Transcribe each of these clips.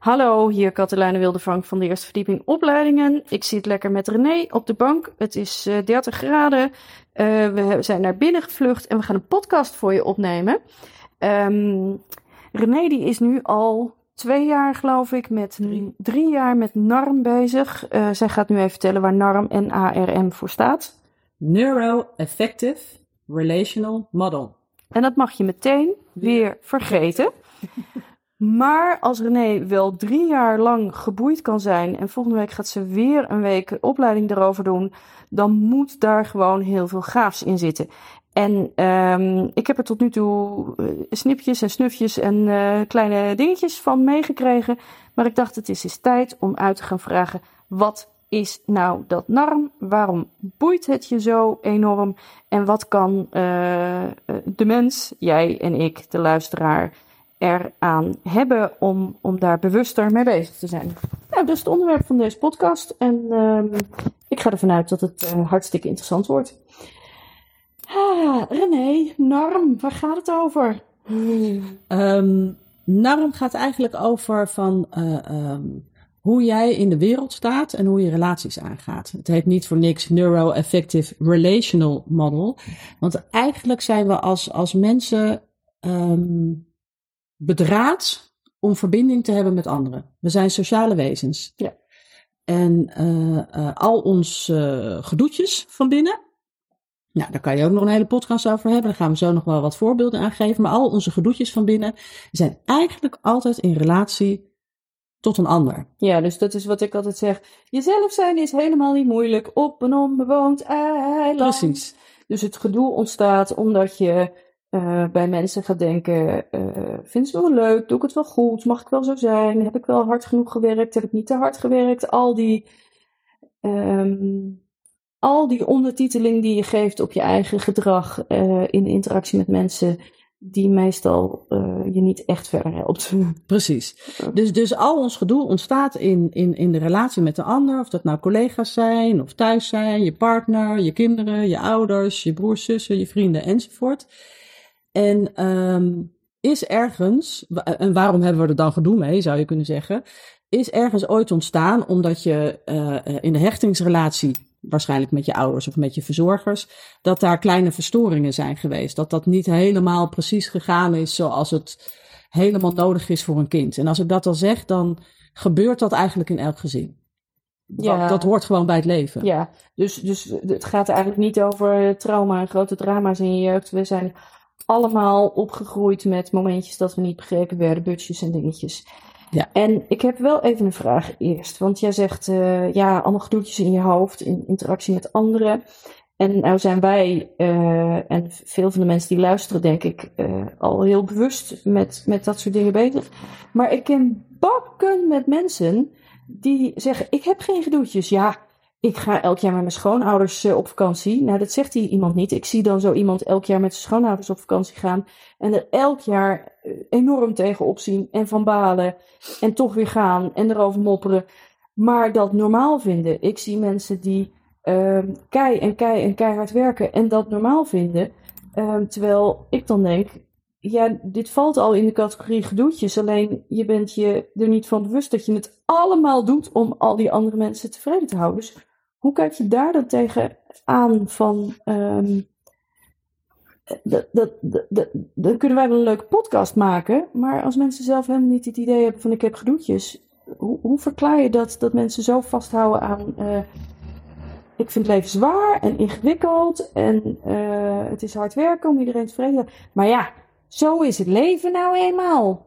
Hallo, hier Katelijne Wildervank van de Eerste Verdieping Opleidingen. Ik zit lekker met René op de bank. Het is 30 graden. We zijn naar binnen gevlucht en we gaan een podcast voor je opnemen. René die is nu al 2 jaar, geloof ik, 3 jaar met NARM bezig. Zij gaat nu even vertellen waar NARM en ARM voor staat. Neuro-Affective Relational Model. En dat mag je meteen weer vergeten. Maar als René wel 3 jaar lang geboeid kan zijn en volgende week gaat ze weer een week opleiding erover doen, dan moet daar gewoon heel veel gaafs in zitten. En ik heb er tot nu toe snipjes en snufjes en kleine dingetjes van meegekregen. Maar ik dacht, het is eens tijd om uit te gaan vragen, wat is nou dat NARM? Waarom boeit het je zo enorm? En wat kan de mens, jij en ik, de luisteraar, eraan hebben om daar bewuster mee bezig te zijn? Nou, dat is het onderwerp van deze podcast. En ik ga ervan uit dat het hartstikke interessant wordt. René, NARM, waar gaat het over? NARM gaat eigenlijk over van hoe jij in de wereld staat en hoe je relaties aangaat. Het heet niet voor niks Neuro-Affective Relational Model. Want eigenlijk zijn we als mensen bedraad om verbinding te hebben met anderen. We zijn sociale wezens. Ja. En al ons gedoetjes van binnen, nou, daar kan je ook nog een hele podcast over hebben. Daar gaan we zo nog wel wat voorbeelden aan geven. Maar al onze gedoetjes van binnen zijn eigenlijk altijd in relatie tot een ander. Ja, dus dat is wat ik altijd zeg. Jezelf zijn is helemaal niet moeilijk op een onbewoond eiland. Precies. Dus het gedoe ontstaat omdat je bij mensen gaat denken, vind ze wel leuk, doe ik het wel goed, mag ik wel zo zijn, heb ik wel hard genoeg gewerkt, heb ik niet te hard gewerkt, al die ondertiteling die je geeft op je eigen gedrag in de interactie met mensen, die meestal je niet echt verder helpt. Precies. Dus al ons gedoe ontstaat in de relatie met de ander, of dat nou collega's zijn, of thuis zijn, je partner, je kinderen, je ouders, je broers, zussen, je vrienden enzovoort. En is ergens, en waarom hebben we er dan gedoe mee, zou je kunnen zeggen, is ergens ooit ontstaan omdat je in de hechtingsrelatie, waarschijnlijk met je ouders of met je verzorgers, dat daar kleine verstoringen zijn geweest. Dat niet helemaal precies gegaan is zoals het helemaal nodig is voor een kind. En als ik dat al zeg, dan gebeurt dat eigenlijk in elk gezin. Ja. Dat hoort gewoon bij het leven. Ja, dus het gaat eigenlijk niet over trauma en grote drama's in je jeugd. We zijn allemaal opgegroeid met momentjes dat we niet begrepen werden, butjes en dingetjes. Ja. En ik heb wel even een vraag eerst. Want jij zegt, allemaal gedoetjes in je hoofd, in interactie met anderen. En nou zijn wij, en veel van de mensen die luisteren, denk ik, al heel bewust met dat soort dingen bezig. Maar ik ken bakken met mensen die zeggen, ik heb geen gedoetjes. Ja, ik ga elk jaar met mijn schoonouders op vakantie. Nou, dat zegt iemand niet. Ik zie dan zo iemand elk jaar met zijn schoonouders op vakantie gaan. En er elk jaar enorm tegenop zien en van balen. En toch weer gaan en erover mopperen. Maar dat normaal vinden. Ik zie mensen die keihard werken en dat normaal vinden. Terwijl ik dan denk, ja, dit valt al in de categorie gedoetjes. Alleen je bent je er niet van bewust dat je het allemaal doet om al die andere mensen tevreden te houden. Dus hoe kijk je daar dan tegen aan van, dan kunnen wij wel een leuke podcast maken, maar als mensen zelf helemaal niet het idee hebben van ik heb gedoetjes, hoe verklaar je dat mensen zo vasthouden aan, ik vind het leven zwaar en ingewikkeld en het is hard werken om iedereen tevreden te houden. Maar ja, zo is het leven nou eenmaal.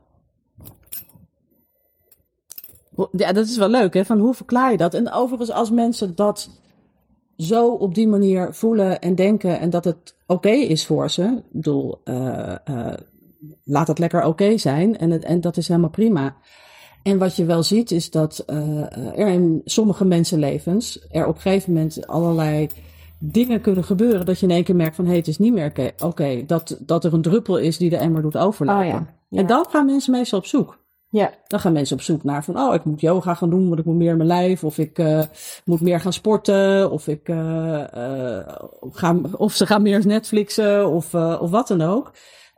Ja, dat is wel leuk, hè? Van hoe verklaar je dat? En overigens, als mensen dat zo op die manier voelen en denken en dat het oké is voor ze, ik bedoel, laat het lekker oké zijn en dat is helemaal prima. En wat je wel ziet is dat er in sommige mensenlevens er op een gegeven moment allerlei dingen kunnen gebeuren dat je in één keer merkt van het is niet meer oké, dat er een druppel is die de emmer doet overlopen. Oh ja. En dan gaan mensen meestal op zoek. Ja. Dan gaan mensen op zoek naar van, ik moet yoga gaan doen, want ik moet meer in mijn lijf, of ik moet meer gaan sporten, of of ze gaan meer Netflixen, of wat dan ook.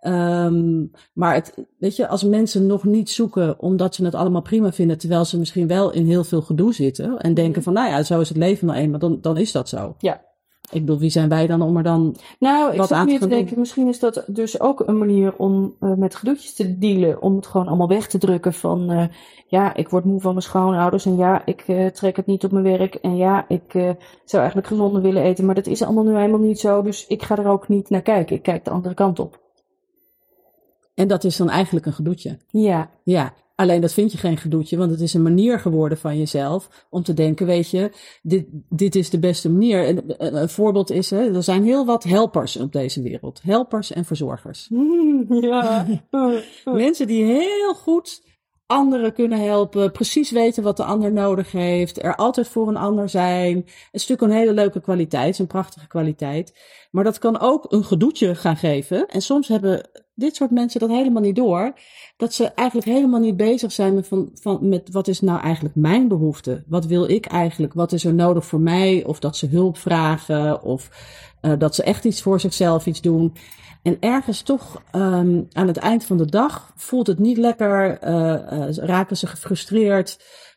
Maar weet je, als mensen nog niet zoeken omdat ze het allemaal prima vinden, terwijl ze misschien wel in heel veel gedoe zitten en denken van, nou ja, zo is het leven nou eenmaal, dan is dat zo. Ja. Ik bedoel, wie zijn wij dan om er dan Nou, ik wat zat aan meer te te denken, misschien is dat dus ook een manier om met gedoetjes te dealen. Om het gewoon allemaal weg te drukken van, ja, ik word moe van mijn schoonouders. En ja, ik trek het niet op mijn werk. En ja, ik zou eigenlijk gezonder willen eten. Maar dat is allemaal nu helemaal niet zo. Dus ik ga er ook niet naar kijken. Ik kijk de andere kant op. En dat is dan eigenlijk een gedoetje. Ja. Ja, alleen dat vind je geen gedoetje, want het is een manier geworden van jezelf om te denken, weet je, dit is de beste manier. En een voorbeeld is, er zijn heel wat helpers op deze wereld. Helpers en verzorgers. Ja. Mensen die heel goed anderen kunnen helpen, precies weten wat de ander nodig heeft, er altijd voor een ander zijn. Het is natuurlijk een hele leuke kwaliteit, een prachtige kwaliteit. Maar dat kan ook een gedoetje gaan geven. En soms hebben dit soort mensen dat helemaal niet door. Dat ze eigenlijk helemaal niet bezig zijn met wat is nou eigenlijk mijn behoefte? Wat wil ik eigenlijk? Wat is er nodig voor mij? Of dat ze hulp vragen of dat ze echt iets voor zichzelf iets doen. En ergens toch aan het eind van de dag voelt het niet lekker, raken ze gefrustreerd,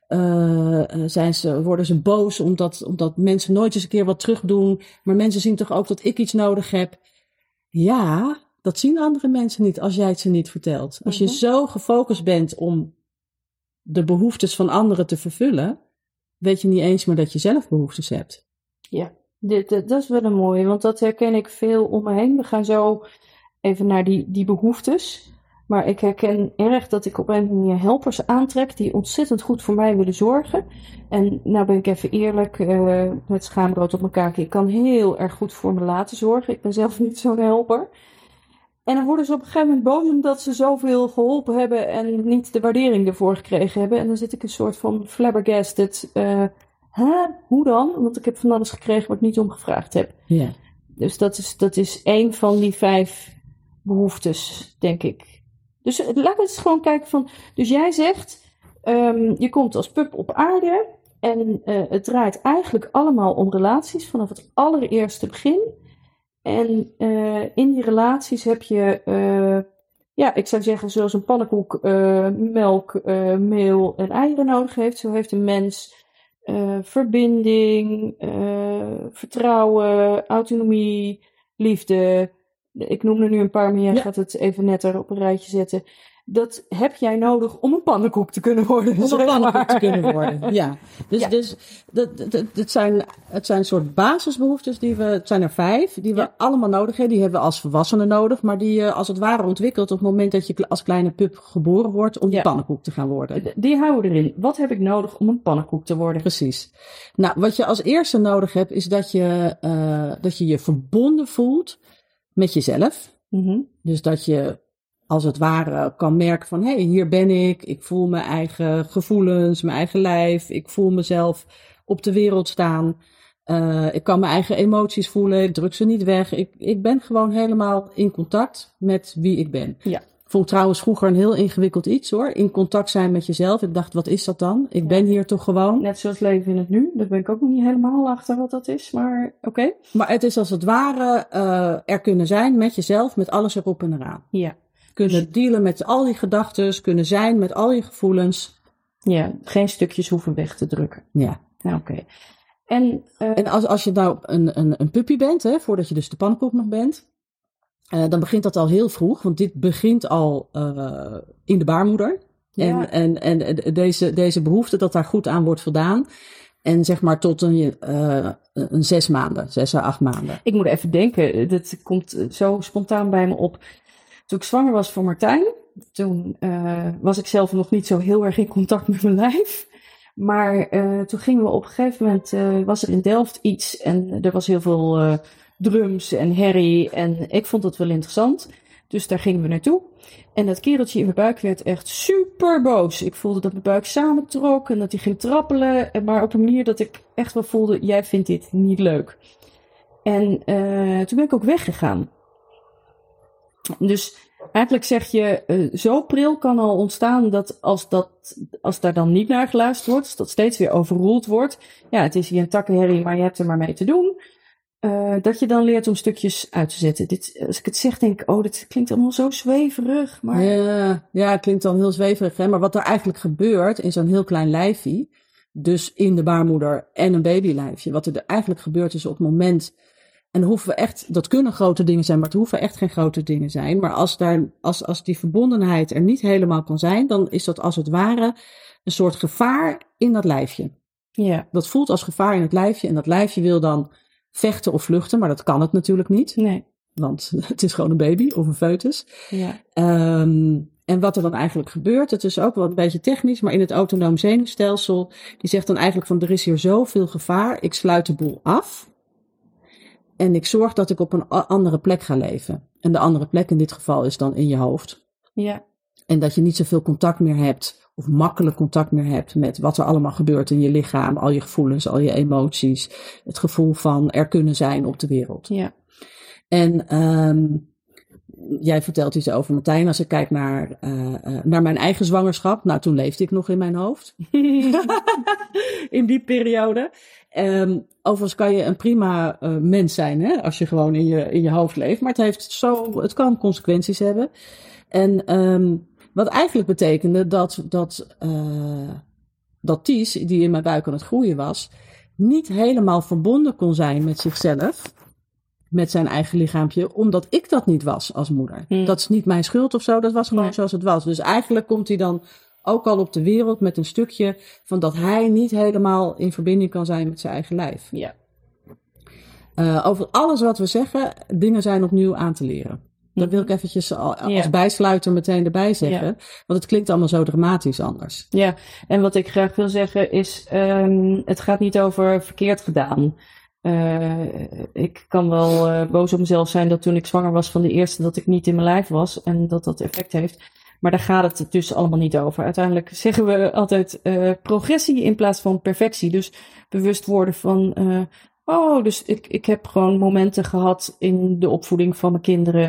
worden ze boos omdat mensen nooit eens een keer wat terug doen. Maar mensen zien toch ook dat ik iets nodig heb. Ja, dat zien andere mensen niet als jij het ze niet vertelt. Als je zo gefocust bent om de behoeftes van anderen te vervullen, weet je niet eens meer dat je zelf behoeftes hebt. Ja. Dat is wel een mooie, want dat herken ik veel om me heen. We gaan zo even naar die behoeftes. Maar ik herken erg dat ik op een manier helpers aantrek die ontzettend goed voor mij willen zorgen. En nou ben ik even eerlijk, met schaamrood op mijn kaak. Ik kan heel erg goed voor me laten zorgen. Ik ben zelf niet zo'n helper. En dan worden ze op een gegeven moment boos omdat ze zoveel geholpen hebben en niet de waardering ervoor gekregen hebben. En dan zit ik een soort van flabbergasted. Hoe dan? Want ik heb van alles gekregen wat ik niet om gevraagd heb. Ja. Dus dat is één van die 5 behoeftes, denk ik. Dus laten we eens gewoon kijken van. Dus jij zegt, je komt als pup op aarde en het draait eigenlijk allemaal om relaties vanaf het allereerste begin. En in die relaties heb je, ik zou zeggen, zoals een pannenkoek melk, meel en eieren nodig heeft, zo heeft een mens verbinding, vertrouwen, autonomie, liefde. Ik noem er nu een paar, maar jij gaat het even netter op een rijtje zetten. Dat heb jij nodig om een pannenkoek te kunnen worden. Om een pannenkoek te kunnen worden, ja. Dus het zijn een soort basisbehoeftes het zijn er 5, die we allemaal nodig hebben. Die hebben we als volwassenen nodig, maar die je als het ware ontwikkelt op het moment dat je als kleine pup geboren wordt om die pannenkoek te gaan worden. Die houden we erin. Wat heb ik nodig om een pannenkoek te worden? Precies. Nou, wat je als eerste nodig hebt, is dat je je verbonden voelt met jezelf. Mm-hmm. Dus dat je als het ware kan merken van, hé, hier ben ik voel mijn eigen gevoelens, mijn eigen lijf, ik voel mezelf op de wereld staan, ik kan mijn eigen emoties voelen, ik druk ze niet weg, ik ben gewoon helemaal in contact met wie ik ben. Ja. Ik vond trouwens vroeger een heel ingewikkeld iets hoor, in contact zijn met jezelf. Ik dacht, wat is dat dan? Ik ben hier toch gewoon. Net zoals leven in het nu, daar ben ik ook nog niet helemaal achter wat dat is, maar oké. Maar het is als het ware er kunnen zijn met jezelf, met alles erop en eraan. Ja. Kunnen dealen met al die gedachten, kunnen zijn met al je gevoelens. Ja, geen stukjes hoeven weg te drukken. Ja. Oké. En als je nou een puppy bent, voordat je dus de pannenkoek nog bent, dan begint dat al heel vroeg, want dit begint al in de baarmoeder. Ja. En deze behoefte dat daar goed aan wordt voldaan. En zeg maar tot een 6 maanden, 6 à 8 maanden. Ik moet even denken, dat komt zo spontaan bij me op. Toen ik zwanger was voor Martijn, toen was ik zelf nog niet zo heel erg in contact met mijn lijf. Maar toen gingen we op een gegeven moment, was er in Delft iets en er was heel veel drums en herrie en ik vond het wel interessant. Dus daar gingen we naartoe. En dat kereltje in mijn buik werd echt super boos. Ik voelde dat mijn buik samentrok en dat hij ging trappelen. Maar op een manier dat ik echt wel voelde, jij vindt dit niet leuk. En toen ben ik ook weggegaan. Dus eigenlijk zeg je, zo pril kan al ontstaan dat als daar dan niet naar geluisterd wordt, als dat steeds weer overroeld wordt. Ja, het is hier een takkenherrie, maar je hebt er maar mee te doen. Dat je dan leert om stukjes uit te zetten. Als ik het zeg, denk ik, dit klinkt allemaal zo zweverig. Maar... Ja, het klinkt dan heel zweverig. Hè? Maar wat er eigenlijk gebeurt in zo'n heel klein lijfje, dus in de baarmoeder en een babylijfje, wat er eigenlijk gebeurt is op het moment, en dat kunnen grote dingen zijn, maar het hoeven echt geen grote dingen zijn. Maar als die verbondenheid er niet helemaal kan zijn, dan is dat als het ware een soort gevaar in dat lijfje. Ja. Dat voelt als gevaar in het lijfje en dat lijfje wil dan vechten of vluchten, maar dat kan het natuurlijk niet. Nee. Want het is gewoon een baby of een foetus. Ja. En wat er dan eigenlijk gebeurt, het is ook wel een beetje technisch, maar in het autonoom zenuwstelsel, die zegt dan eigenlijk van er is hier zoveel gevaar, ik sluit de boel af en ik zorg dat ik op een andere plek ga leven. En de andere plek in dit geval is dan in je hoofd. Ja. En dat je niet zoveel contact meer hebt, of makkelijk contact meer hebt met wat er allemaal gebeurt in je lichaam, al je gevoelens, al je emoties, het gevoel van er kunnen zijn op de wereld. Ja. En jij vertelt iets over Martijn. Als ik kijk naar mijn eigen zwangerschap. Nou, toen leefde ik nog in mijn hoofd. In die periode. Overigens kan je een prima mens zijn, hè, als je gewoon in je hoofd leeft. Maar het kan consequenties hebben. En wat eigenlijk betekende dat Ties, die in mijn buik aan het groeien was, niet helemaal verbonden kon zijn met zichzelf, met zijn eigen lichaampje, omdat ik dat niet was als moeder. Dat is niet mijn schuld of zo, dat was gewoon zoals het was. Dus eigenlijk komt hij dan ook al op de wereld met een stukje van dat hij niet helemaal in verbinding kan zijn met zijn eigen lijf. Ja. Over alles wat we zeggen, dingen zijn opnieuw aan te leren. Dat wil ik eventjes als bijsluiter meteen erbij zeggen. Ja. Want het klinkt allemaal zo dramatisch anders. Ja, en wat ik graag wil zeggen is, het gaat niet over verkeerd gedaan. Ik kan wel boos op mezelf zijn dat toen ik zwanger was van de eerste, dat ik niet in mijn lijf was en dat effect heeft. Maar daar gaat het dus allemaal niet over. Uiteindelijk zeggen we altijd progressie in plaats van perfectie. Dus bewust worden van, dus ik heb gewoon momenten gehad in de opvoeding van mijn kinderen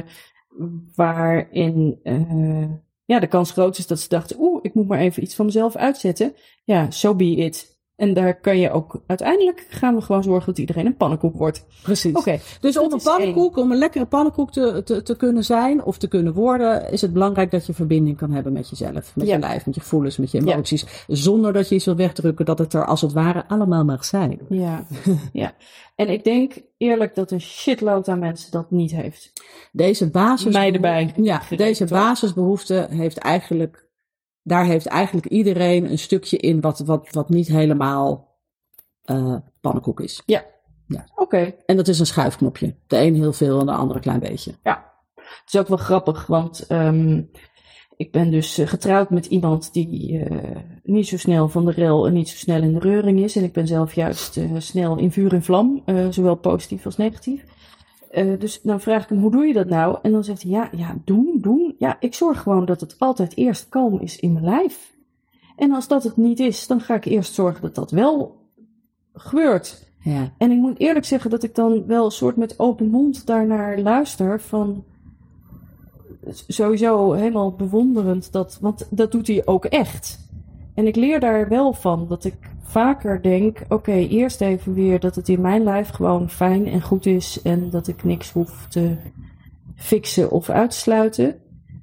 waarin de kans groot is dat ze dachten, ik moet maar even iets van mezelf uitzetten. Ja, so be it. En daar kan je ook, uiteindelijk gaan we gewoon zorgen dat iedereen een pannenkoek wordt. Precies. Okay, dus om een lekkere pannenkoek te kunnen zijn of te kunnen worden, is het belangrijk dat je verbinding kan hebben met jezelf. Met je lijf, met je gevoelens, met je emoties. Ja. Zonder dat je iets wil wegdrukken, dat het er als het ware allemaal mag zijn. Ja, ja. En ik denk eerlijk dat een shitload aan mensen dat niet heeft. Deze basisbehoefte heeft eigenlijk, daar heeft eigenlijk iedereen een stukje in wat niet helemaal pannenkoek is. Ja. Oké. En dat is een schuifknopje. De een heel veel en de ander een klein beetje. Ja. Het is ook wel grappig, want ik ben dus getrouwd met iemand die niet zo snel van de rel en niet zo snel in de reuring is. En ik ben zelf juist snel in vuur en vlam, zowel positief als negatief. Dus dan vraag ik hem, hoe doe je dat nou? En dan zegt hij, doen. Ja, ik zorg gewoon dat het altijd eerst kalm is in mijn lijf. En als dat het niet is, dan ga ik eerst zorgen dat dat wel gebeurt. Ja. En ik moet eerlijk zeggen dat ik dan wel een soort met open mond daarnaar luister van, sowieso helemaal bewonderend, want dat doet hij ook echt. En ik leer daar wel van, dat ik vaker denk, oké, eerst even weer dat het in mijn lijf gewoon fijn en goed is en dat ik niks hoef te fixen of uitsluiten.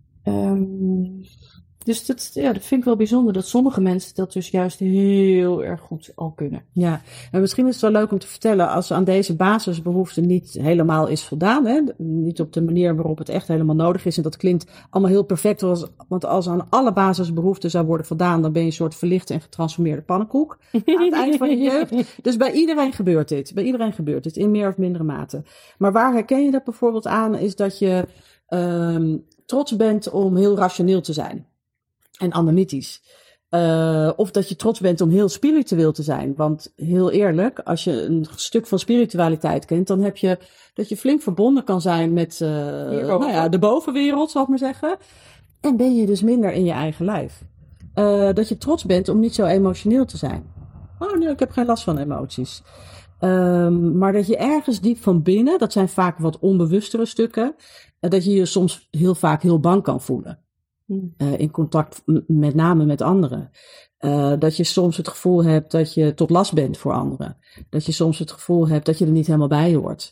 Dus dat vind ik wel bijzonder, dat sommige mensen dat dus juist heel erg goed al kunnen. Ja, en misschien is het wel leuk om te vertellen, als aan deze basisbehoefte niet helemaal is voldaan, hè, niet op de manier waarop het echt helemaal nodig is, en dat klinkt allemaal heel perfect, want als aan alle basisbehoeften zou worden voldaan, dan ben je een soort verlichte en getransformeerde pannenkoek aan het eind van je jeugd. Dus bij iedereen gebeurt dit, in meer of mindere mate. Maar waar herken je dat bijvoorbeeld aan, is dat je trots bent om heel rationeel te zijn. En analytisch. Of dat je trots bent om heel spiritueel te zijn. Want heel eerlijk, als je een stuk van spiritualiteit kent, dan heb je dat je flink verbonden kan zijn met de bovenwereld, zal ik maar zeggen. En ben je dus minder in je eigen lijf. Dat je trots bent om niet zo emotioneel te zijn. Oh nee, ik heb geen last van emoties. Maar dat je ergens diep van binnen, dat zijn vaak wat onbewustere stukken, dat je je soms heel vaak heel bang kan voelen. In contact met name met anderen. Dat je soms het gevoel hebt dat je tot last bent voor anderen. Dat je soms het gevoel hebt dat je er niet helemaal bij hoort.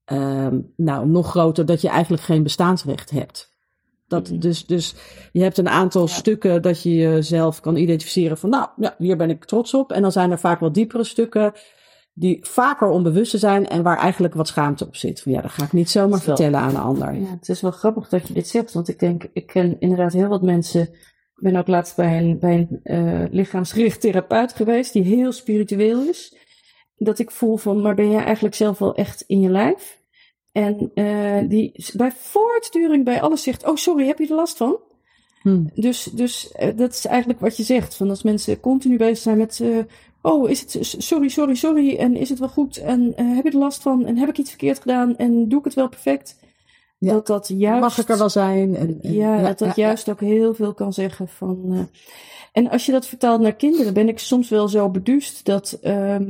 nog groter dat je eigenlijk geen bestaansrecht hebt. Dus je hebt een aantal stukken dat je jezelf kan identificeren van, hier ben ik trots op. En dan zijn er vaak wat diepere stukken die vaker onbewust zijn en waar eigenlijk wat schaamte op zit. Van dat ga ik niet zomaar vertellen aan een ander. Ja, het is wel grappig dat je dit zegt, want ik ken inderdaad heel wat mensen. Ik ben ook laatst bij een lichaamsgericht therapeut geweest die heel spiritueel is. Dat ik voel van, maar ben jij eigenlijk zelf wel echt in je lijf? En die bij voortduring bij alles zegt, oh sorry, heb je er last van? Dus dat is eigenlijk wat je zegt. Van als mensen continu bezig zijn met, is het sorry en is het wel goed? En heb je er last van? En heb ik iets verkeerd gedaan? En doe ik het wel perfect? Ja. Dat juist... Mag ik er wel zijn? Juist ook heel veel kan zeggen van... En als je dat vertaalt naar kinderen, ben ik soms wel zo beduust dat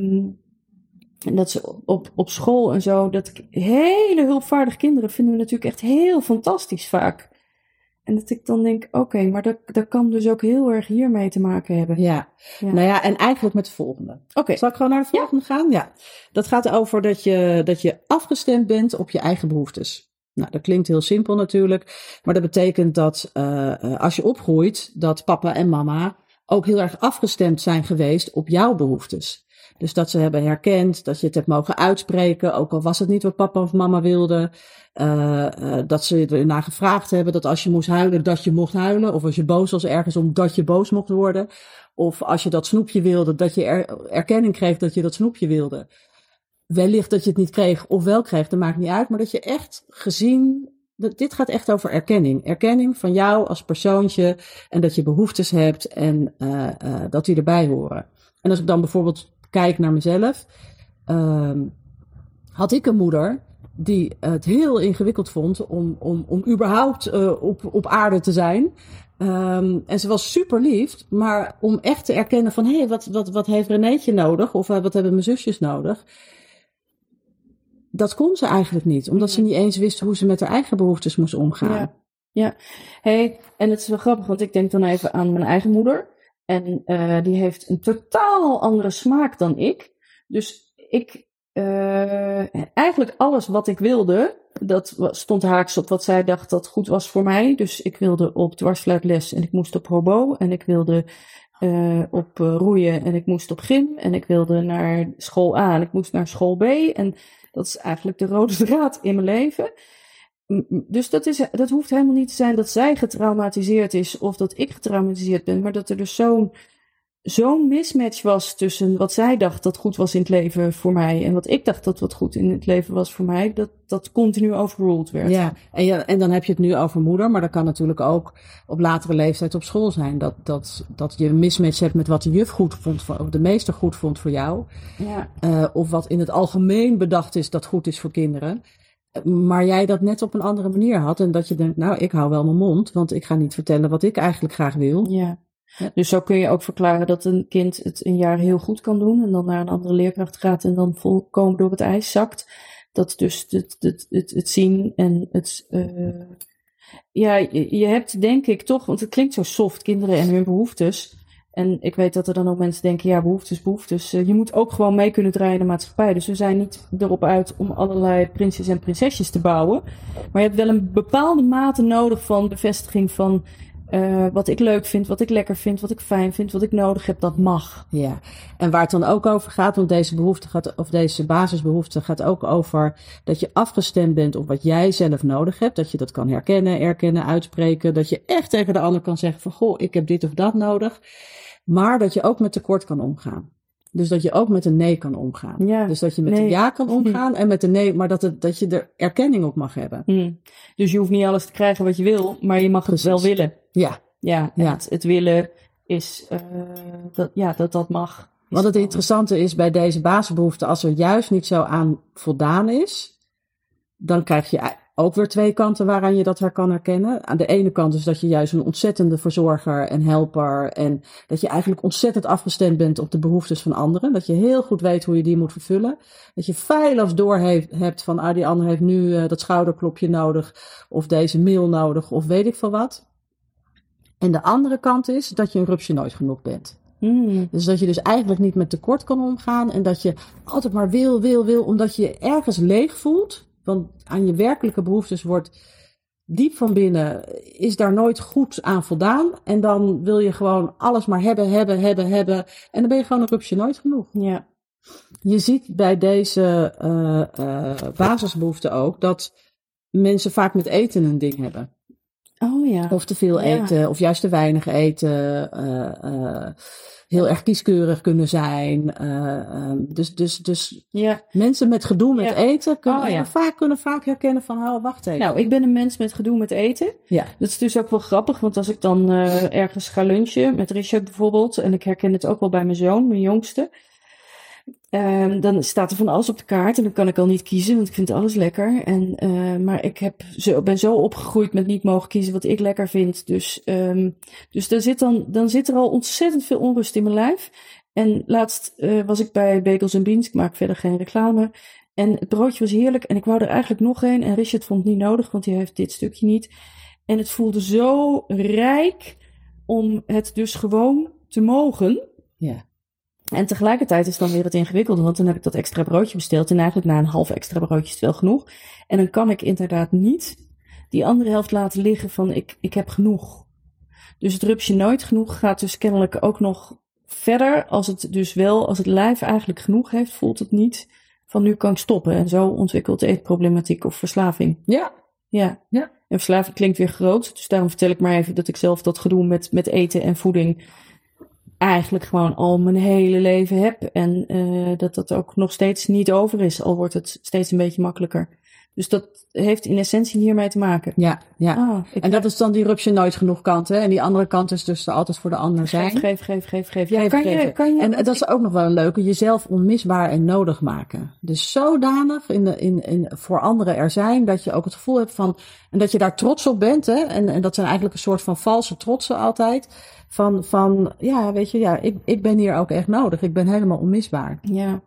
ze op school en zo, dat hele hulpvaardige kinderen vinden we natuurlijk echt heel fantastisch vaak. En dat ik dan denk, oké, maar dat kan dus ook heel erg hiermee te maken hebben. Ja. Nou ja, en eigenlijk met de volgende. Zal ik gewoon naar de volgende gaan? Ja. Dat gaat over dat je afgestemd bent op je eigen behoeftes. Nou, dat klinkt heel simpel natuurlijk. Maar dat betekent dat als je opgroeit, dat papa en mama ook heel erg afgestemd zijn geweest op jouw behoeftes. Dus dat ze hebben herkend, dat je het hebt mogen uitspreken, ook al was het niet wat papa of mama wilde. Dat ze ernaar gevraagd hebben dat als je moest huilen, dat je mocht huilen. Of als je boos was ergens om, dat je boos mocht worden. Of als je dat snoepje wilde, dat je erkenning kreeg dat je dat snoepje wilde. Wellicht dat je het niet kreeg of wel kreeg, dat maakt niet uit. Maar dat je echt gezien, dit gaat echt over erkenning. Erkenning van jou als persoontje en dat je behoeftes hebt en dat die erbij horen. En als ik dan bijvoorbeeld kijk naar mezelf, had ik een moeder die het heel ingewikkeld vond om überhaupt op aarde te zijn. En ze was super lief, maar om echt te erkennen van, hé, wat heeft Renéetje nodig? Of wat hebben mijn zusjes nodig? Dat kon ze eigenlijk niet, omdat ze niet eens wist hoe ze met haar eigen behoeftes moest omgaan. Ja. Hey, en het is wel grappig, want ik denk dan even aan mijn eigen moeder. En die heeft een totaal andere smaak dan ik. Dus eigenlijk alles wat ik wilde, dat stond haaks op wat zij dacht dat goed was voor mij. Dus ik wilde op dwarsfluitles en ik moest op hobo. En ik wilde op roeien en ik moest op gym. En ik wilde naar school A en ik moest naar school B. En dat is eigenlijk de rode draad in mijn leven. Dus dat hoeft helemaal niet te zijn dat zij getraumatiseerd is of dat ik getraumatiseerd ben. Maar dat er dus zo'n mismatch was tussen wat zij dacht dat goed was in het leven voor mij en wat ik dacht dat wat goed in het leven was voor mij, dat continu overruled werd. Ja, en dan heb je het nu over moeder, maar dat kan natuurlijk ook op latere leeftijd op school zijn. Dat je een mismatch hebt met wat de juf goed vond, of de meester goed vond voor jou. Ja. Of wat in het algemeen bedacht is dat goed is voor kinderen. Maar jij dat net op een andere manier had en dat je denkt, nou, ik hou wel mijn mond, want ik ga niet vertellen wat ik eigenlijk graag wil. Ja. Dus zo kun je ook verklaren dat een kind het een jaar heel goed kan doen en dan naar een andere leerkracht gaat en dan volkomen door het ijs zakt. Dat dus het zien en het... je hebt denk ik toch, want het klinkt zo soft, kinderen en hun behoeftes. En ik weet dat er dan ook mensen denken, ja, behoeftes. Je moet ook gewoon mee kunnen draaien in de maatschappij. Dus we zijn niet erop uit om allerlei prinsjes en prinsesjes te bouwen. Maar je hebt wel een bepaalde mate nodig van bevestiging van wat ik leuk vind, wat ik lekker vind, wat ik fijn vind, wat ik nodig heb, dat mag. Ja, en waar het dan ook over gaat, want deze basisbehoefte gaat ook over dat je afgestemd bent op wat jij zelf nodig hebt. Dat je dat kan erkennen, uitspreken. Dat je echt tegen de ander kan zeggen van, goh, ik heb dit of dat nodig. Maar dat je ook met tekort kan omgaan. Dus dat je ook met een nee kan omgaan. Ja, dus dat je met een ja kan omgaan en met een nee, maar dat je er erkenning op mag hebben. Dus je hoeft niet alles te krijgen wat je wil, maar je mag het wel willen. Ja. Het willen is dat mag. Want het interessante is bij deze basisbehoefte, als er juist niet zo aan voldaan is, dan krijg je ook weer twee kanten waaraan je dat kan herkennen. Aan de ene kant is dat je juist een ontzettende verzorger en helper en dat je eigenlijk ontzettend afgestemd bent op de behoeftes van anderen. Dat je heel goed weet hoe je die moet vervullen. Dat je feilloos hebt van die ander heeft nu dat schouderklopje nodig of deze mail nodig of weet ik veel wat. En de andere kant is dat je een rupsje nooit genoeg bent. Dus dat je dus eigenlijk niet met tekort kan omgaan en dat je altijd maar wil, omdat je je ergens leeg voelt want aan je werkelijke behoeftes wordt diep van binnen, is daar nooit goed aan voldaan. En dan wil je gewoon alles maar hebben. En dan ben je gewoon een rupsje nooit genoeg. Ja. Je ziet bij deze basisbehoeften ook dat mensen vaak met eten een ding hebben. Oh ja. Of te veel eten, of juist te weinig eten. Heel erg kieskeurig kunnen zijn. Dus mensen met gedoe met eten kunnen vaak herkennen van, wacht even. Nou, ik ben een mens met gedoe met eten. Ja. Dat is dus ook wel grappig, want als ik dan ergens ga lunchen, met Richard bijvoorbeeld, en ik herken het ook wel bij mijn zoon, mijn jongste, dan staat er van alles op de kaart en dan kan ik al niet kiezen, want ik vind alles lekker. Maar ik ben zo opgegroeid met niet mogen kiezen wat ik lekker vind. Dus dan zit er al ontzettend veel onrust in mijn lijf. En laatst was ik bij Bagels & Beans, ik maak verder geen reclame. En het broodje was heerlijk en ik wou er eigenlijk nog een. En Richard vond het niet nodig, want hij heeft dit stukje niet. En het voelde zo rijk om het dus gewoon te mogen. Ja. En tegelijkertijd is dan weer het ingewikkelde, want dan heb ik dat extra broodje besteld. En eigenlijk na een half extra broodje is het wel genoeg. En dan kan ik inderdaad niet die andere helft laten liggen van ik heb genoeg. Dus het rupsje nooit genoeg gaat dus kennelijk ook nog verder. Als het lijf eigenlijk genoeg heeft, voelt het niet van nu kan ik stoppen. En zo ontwikkelt eetproblematiek of verslaving. Ja. En verslaving klinkt weer groot. Dus daarom vertel ik maar even dat ik zelf dat gedoe met eten en voeding eigenlijk gewoon al mijn hele leven heb. En dat ook nog steeds niet over is. Al wordt het steeds een beetje makkelijker. Dus dat heeft in essentie hiermee te maken. Ja. En dat is dan die rupsje nooit genoeg kant. Hè? En die andere kant is dus er altijd voor de ander zijn. Geef. Ja, kan je, en dat is ook nog wel een leuke. Jezelf onmisbaar en nodig maken. Dus zodanig voor anderen er zijn. Dat je ook het gevoel hebt van. En dat je daar trots op bent. Hè? En dat zijn eigenlijk een soort van valse trotsen altijd. Van ja, weet je, ja, ik ben hier ook echt nodig. Ik ben helemaal onmisbaar. Ja.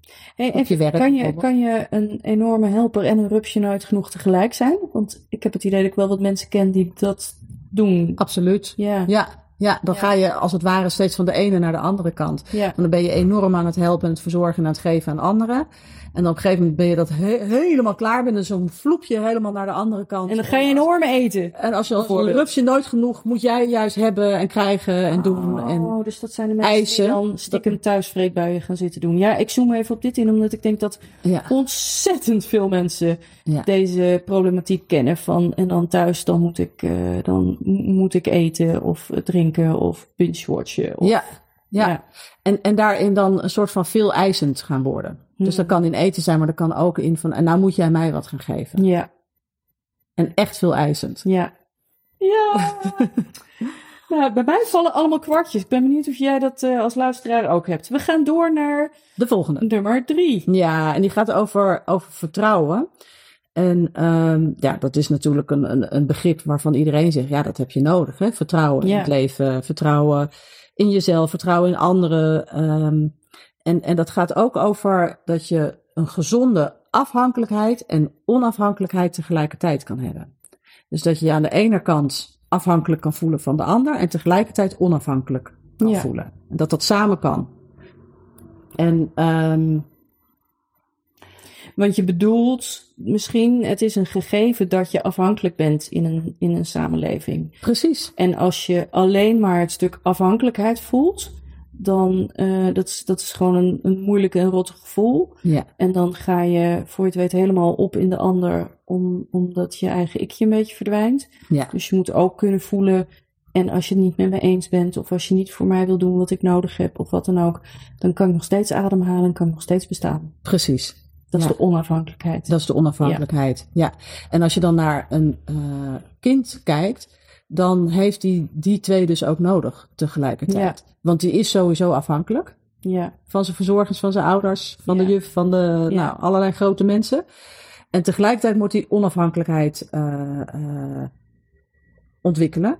Kan je een enorme helper en een rupsje nooit genoeg tegelijk zijn? Want ik heb het idee dat ik wel wat mensen ken die dat doen. Absoluut. Ja, dan ga je als het ware steeds van de ene naar de andere kant. Ja. En dan ben je enorm aan het helpen en het verzorgen en aan het geven aan anderen. En op een gegeven moment ben je dat helemaal klaar bent. En zo'n vloepje helemaal naar de andere kant. En dan ga je enorm eten. En als je een rupsje nooit genoeg moet jij juist hebben en krijgen en doen. Dus dat zijn de mensen die dan stiekem thuis vreedbuien gaan zitten doen. Ja, ik zoom even op dit in, omdat ik denk dat ontzettend veel mensen deze problematiek kennen. En dan thuis, dan moet ik eten of drinken of binge-watchen. Ja. En daarin dan een soort van veel eisend gaan worden. Dus dat kan in eten zijn, maar dat kan ook in van, en nou moet jij mij wat gaan geven. Ja. En echt veel eisend. Ja. Nou, bij mij vallen allemaal kwartjes. Ik ben benieuwd of jij dat als luisteraar ook hebt. We gaan door naar de volgende. Nummer 3. Ja, en die gaat over vertrouwen. En dat is natuurlijk een begrip waarvan iedereen zegt, ja, dat heb je nodig. Hè? Vertrouwen in het leven, vertrouwen in jezelf, vertrouwen in anderen. En dat gaat ook over dat je een gezonde afhankelijkheid en onafhankelijkheid tegelijkertijd kan hebben. Dus dat je aan de ene kant afhankelijk kan voelen van de ander en tegelijkertijd onafhankelijk kan voelen. En dat samen kan. En want je bedoelt misschien, het is een gegeven dat je afhankelijk bent in een samenleving. Precies. En als je alleen maar het stuk afhankelijkheid voelt, dan dat is gewoon een moeilijk en rot gevoel. Ja. En dan ga je, voor je het weet, helemaal op in de ander, omdat je eigen ikje een beetje verdwijnt. Ja. Dus je moet ook kunnen voelen, en als je het niet met me eens bent, of als je niet voor mij wil doen wat ik nodig heb, of wat dan ook, dan kan ik nog steeds ademhalen en kan ik nog steeds bestaan. Precies. Dat is de onafhankelijkheid. Dat is de onafhankelijkheid, ja. En als je dan naar een kind kijkt, dan heeft die twee dus ook nodig tegelijkertijd. Ja. Want die is sowieso afhankelijk. Ja. Van zijn verzorgers, van zijn ouders, van de juf, van de allerlei grote mensen. En tegelijkertijd moet die onafhankelijkheid ontwikkelen.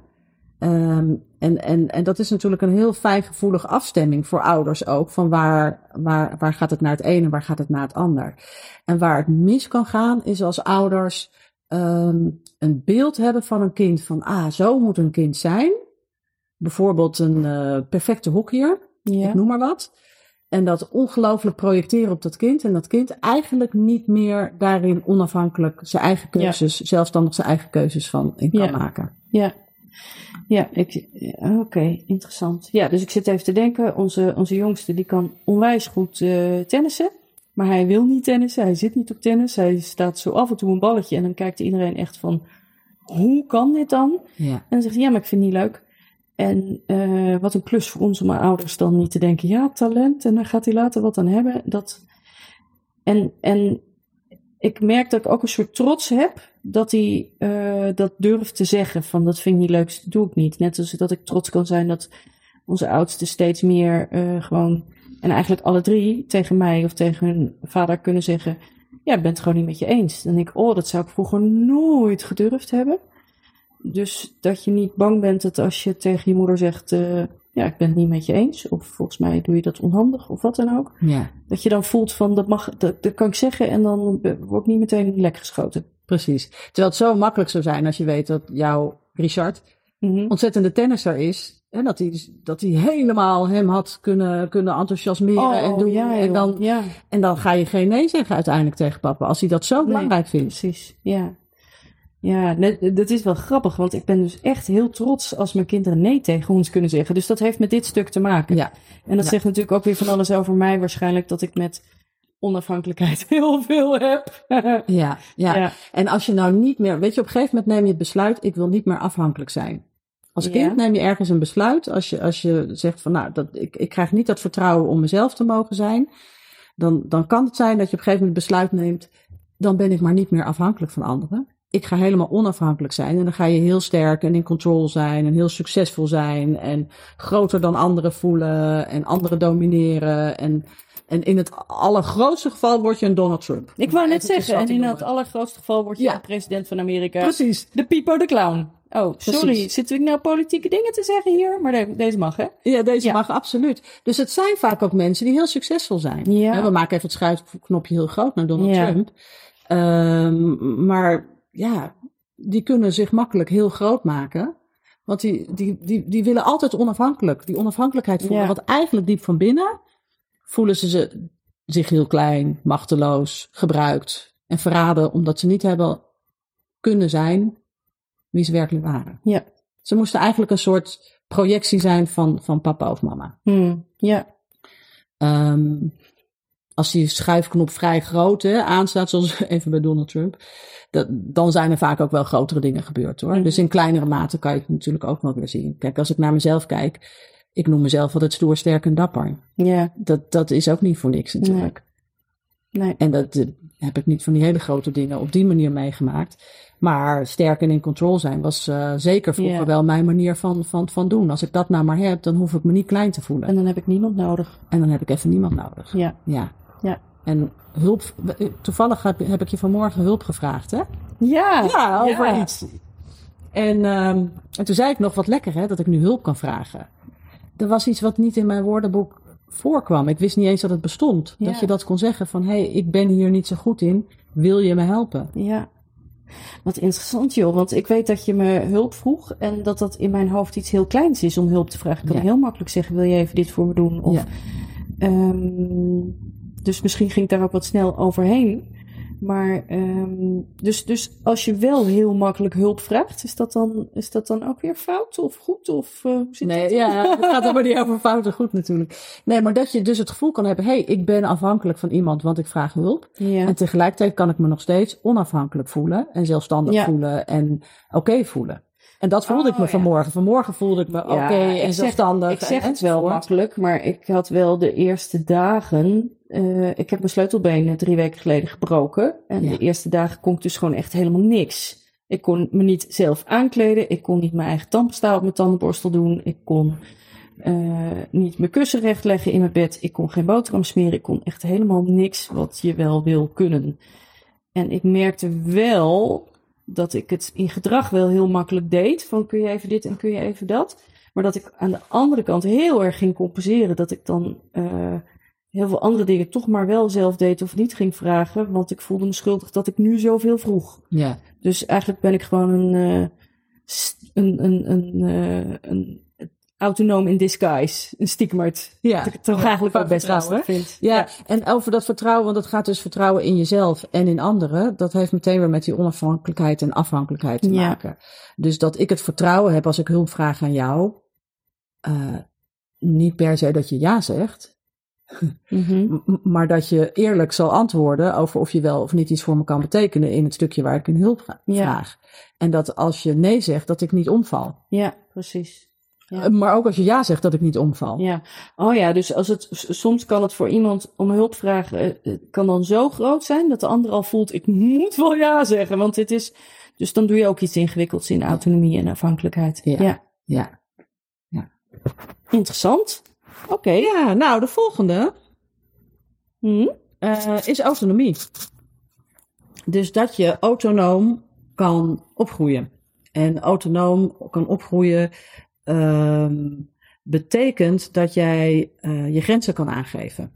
En dat is natuurlijk een heel fijngevoelige afstemming voor ouders ook. Van waar gaat het naar het ene en waar gaat het naar het ander. En waar het mis kan gaan is als ouders een beeld hebben van een kind. Van zo moet een kind zijn. Bijvoorbeeld een perfecte hockeyer. Ja. Ik noem maar wat. En dat ongelooflijk projecteren op dat kind. En dat kind eigenlijk niet meer daarin onafhankelijk zijn eigen keuzes, zelfstandig zijn eigen keuzes van in kan maken. Ja, oké, interessant. Ja, dus ik zit even te denken, onze jongste die kan onwijs goed tennissen. Maar hij wil niet tennissen, hij zit niet op tennis. Hij staat zo af en toe een balletje en dan kijkt iedereen echt van, hoe kan dit dan? Ja. En dan zegt hij, maar ik vind het niet leuk. En wat een klus voor ons om mijn ouders dan niet te denken, talent en dan gaat hij later wat aan hebben. En ik merk dat ik ook een soort trots heb dat hij dat durft te zeggen van dat vind ik niet leuk, dat doe ik niet. Net als dat ik trots kan zijn dat onze oudste steeds meer gewoon, en eigenlijk alle drie tegen mij of tegen hun vader kunnen zeggen, ik ben het gewoon niet met je eens. Dan denk ik, dat zou ik vroeger nooit gedurfd hebben. Dus dat je niet bang bent dat als je tegen je moeder zegt, ik ben het niet met je eens. Of volgens mij doe je dat onhandig of wat dan ook. Ja. Dat je dan voelt van, dat kan ik zeggen en dan wordt niet meteen lek geschoten. Precies. Terwijl het zo makkelijk zou zijn als je weet dat jouw Richard ontzettende tennisser is. En dat hij helemaal hem had kunnen enthousiasmeren en doen. En dan ga je geen nee zeggen uiteindelijk tegen papa. Als hij dat zo belangrijk vindt. Precies, ja. Ja, dat is wel grappig, want ik ben dus echt heel trots als mijn kinderen nee tegen ons kunnen zeggen. Dus dat heeft met dit stuk te maken. Ja. En dat zegt natuurlijk ook weer van alles over mij waarschijnlijk, dat ik met onafhankelijkheid heel veel heb. Ja. En als je nou niet meer, weet je, op een gegeven moment neem je het besluit, ik wil niet meer afhankelijk zijn. Als kind neem je ergens een besluit, als je zegt van ik krijg niet dat vertrouwen om mezelf te mogen zijn, dan kan het zijn dat je op een gegeven moment besluit neemt, dan ben ik maar niet meer afhankelijk van anderen. Ik ga helemaal onafhankelijk zijn en dan ga je heel sterk en in control zijn en heel succesvol zijn en groter dan anderen voelen en anderen domineren en in het allergrootste geval word je een Donald Trump. Ik wou net zeggen, en in het allergrootste geval word je een president van Amerika. Precies. De Pipo de Clown. Oh, sorry. Precies. Zitten ik nou politieke dingen te zeggen hier? Maar deze mag, hè? Ja, deze mag absoluut. Dus het zijn vaak ook mensen die heel succesvol zijn. Ja. We maken even het schuifknopje heel groot naar Donald Trump. Maar die kunnen zich makkelijk heel groot maken. Want die willen altijd onafhankelijk. Die onafhankelijkheid voelen. Ja. Want eigenlijk diep van binnen voelen ze zich heel klein, machteloos, gebruikt en verraden. Omdat ze niet hebben kunnen zijn wie ze werkelijk waren. Ja. Ze moesten eigenlijk een soort projectie zijn van papa of mama. Ja. Als die schuifknop vrij groot aanstaat, zoals even bij Donald Trump, dan zijn er vaak ook wel grotere dingen gebeurd hoor. Dus in kleinere mate kan je het natuurlijk ook wel weer zien. Kijk, als ik naar mezelf kijk, ik noem mezelf altijd stoer, sterk en dapper. Ja. Dat is ook niet voor niks natuurlijk. Nee. En dat heb ik niet van die hele grote dingen op die manier meegemaakt. Maar sterk en in control zijn was zeker vroeger wel mijn manier van doen. Als ik dat nou maar heb, dan hoef ik me niet klein te voelen. En dan heb ik niemand nodig. En dan heb ik even niemand nodig. Ja. En hulp, toevallig heb ik je vanmorgen hulp gevraagd, hè? Ja, over iets. En toen zei ik nog wat lekker, hè, dat ik nu hulp kan vragen. Er was iets wat niet in mijn woordenboek voorkwam. Ik wist niet eens dat het bestond. Ja. Dat je dat kon zeggen van, ik ben hier niet zo goed in. Wil je me helpen? Ja. Wat interessant joh, want ik weet dat je me hulp vroeg en dat in mijn hoofd iets heel kleins is om hulp te vragen. Ik kan heel makkelijk zeggen, wil je even dit voor me doen? Of, dus misschien ging ik daar ook wat snel overheen. Maar dus als je wel heel makkelijk hulp vraagt, is dat dan ook weer fout of goed? Of hoe zit dat? Het gaat er maar niet over fout en goed natuurlijk. Nee, maar dat je dus het gevoel kan hebben, ik ben afhankelijk van iemand, want ik vraag hulp. Ja. En tegelijkertijd kan ik me nog steeds onafhankelijk voelen en zelfstandig voelen en oké voelen. En dat voelde ik me vanmorgen. Vanmorgen voelde ik me oké en zelfstandig. Ik zeg het wel makkelijk, maar ik had wel de eerste dagen. Ik heb mijn sleutelbeen 3 weken geleden gebroken. En de eerste dagen kon ik dus gewoon echt helemaal niks. Ik kon me niet zelf aankleden. Ik kon niet mijn eigen tandpasta op mijn tandenborstel doen. Ik kon niet mijn kussen recht leggen in mijn bed. Ik kon geen boterham smeren. Ik kon echt helemaal niks wat je wel wil kunnen. En ik merkte wel dat ik het in gedrag wel heel makkelijk deed. Van kun je even dit en kun je even dat. Maar dat ik aan de andere kant heel erg ging compenseren. Dat ik dan heel veel andere dingen toch maar wel zelf deed of niet ging vragen. Want ik voelde me schuldig dat ik nu zoveel vroeg. Ja. Dus eigenlijk ben ik gewoon een autonoom in disguise. Een stiekemert. Ja. Dat ik toch eigenlijk ook best lastig vind. Ja, en over dat vertrouwen, want het gaat dus vertrouwen in jezelf en in anderen. Dat heeft meteen weer met die onafhankelijkheid en afhankelijkheid te maken. Dus dat ik het vertrouwen heb als ik hulp vraag aan jou. Niet per se dat je ja zegt. Maar dat je eerlijk zal antwoorden over of je wel of niet iets voor me kan betekenen in het stukje waar ik een hulp vraag. En dat als je nee zegt, dat ik niet omval. Ja, precies. Ja. Maar ook als je ja zegt, dat ik niet omval. Ja. Oh ja, dus soms kan het voor iemand om hulp vragen, kan dan zo groot zijn dat de ander al voelt, ik moet wel ja zeggen, want dit is, dus dan doe je ook iets ingewikkelds in autonomie en afhankelijkheid. Ja. Interessant. Oké. Ja, nou, de volgende is autonomie. Dus dat je autonoom kan opgroeien. En autonoom kan opgroeien betekent dat jij je grenzen kan aangeven.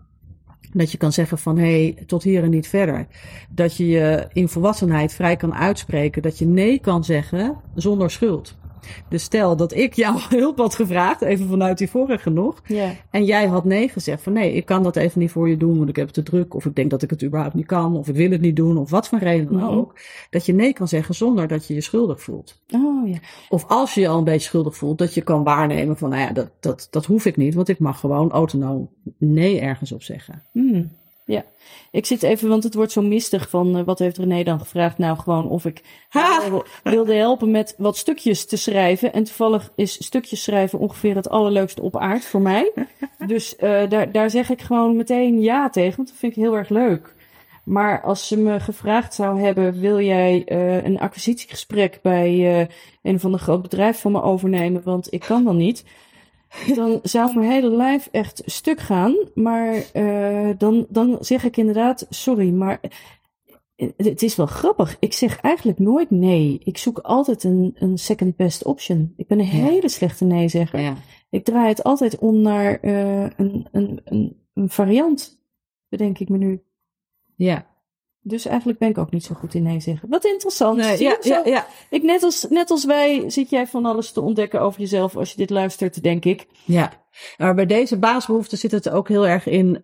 Dat je kan zeggen van, hey, tot hier en niet verder. Dat je je in volwassenheid vrij kan uitspreken. Dat je nee kan zeggen zonder schuld. Dus stel dat ik jou hulp had gevraagd, even vanuit die vorige nog. Ja. En jij had nee gezegd van nee, ik kan dat even niet voor je doen, want ik heb het te druk. Of ik denk dat ik het überhaupt niet kan. Of ik wil het niet doen. Of wat voor reden dan ook. Dat je nee kan zeggen zonder dat je je schuldig voelt. Oh, ja. Of als je je al een beetje schuldig voelt, dat je kan waarnemen van nou ja, dat hoef ik niet. Want ik mag gewoon autonoom nee ergens op zeggen. Ja, ik zit even, want het wordt zo mistig van wat heeft René dan gevraagd? Nou, gewoon of ik wilde helpen met wat stukjes te schrijven. En toevallig is stukjes schrijven ongeveer het allerleukste op aard voor mij. Dus daar zeg ik gewoon meteen ja tegen, want dat vind ik heel erg leuk. Maar als ze me gevraagd zou hebben, wil jij een acquisitiegesprek bij een of ander groot bedrijf van me overnemen, want ik kan dan niet. Dan zou mijn hele lijf echt stuk gaan. Maar dan zeg ik inderdaad, sorry, maar het is wel grappig. Ik zeg eigenlijk nooit nee. Ik zoek altijd een second best option. Ik ben een hele slechte nee-zegger. Ja. Ik draai het altijd om naar een variant, bedenk ik me nu. Ja. Dus eigenlijk ben ik ook niet zo goed in nee zeggen. Wat interessant. Nee, ja. Ik, net als wij zit jij van alles te ontdekken over jezelf als je dit luistert, denk ik. Ja, maar bij deze basisbehoefte zit het ook heel erg in,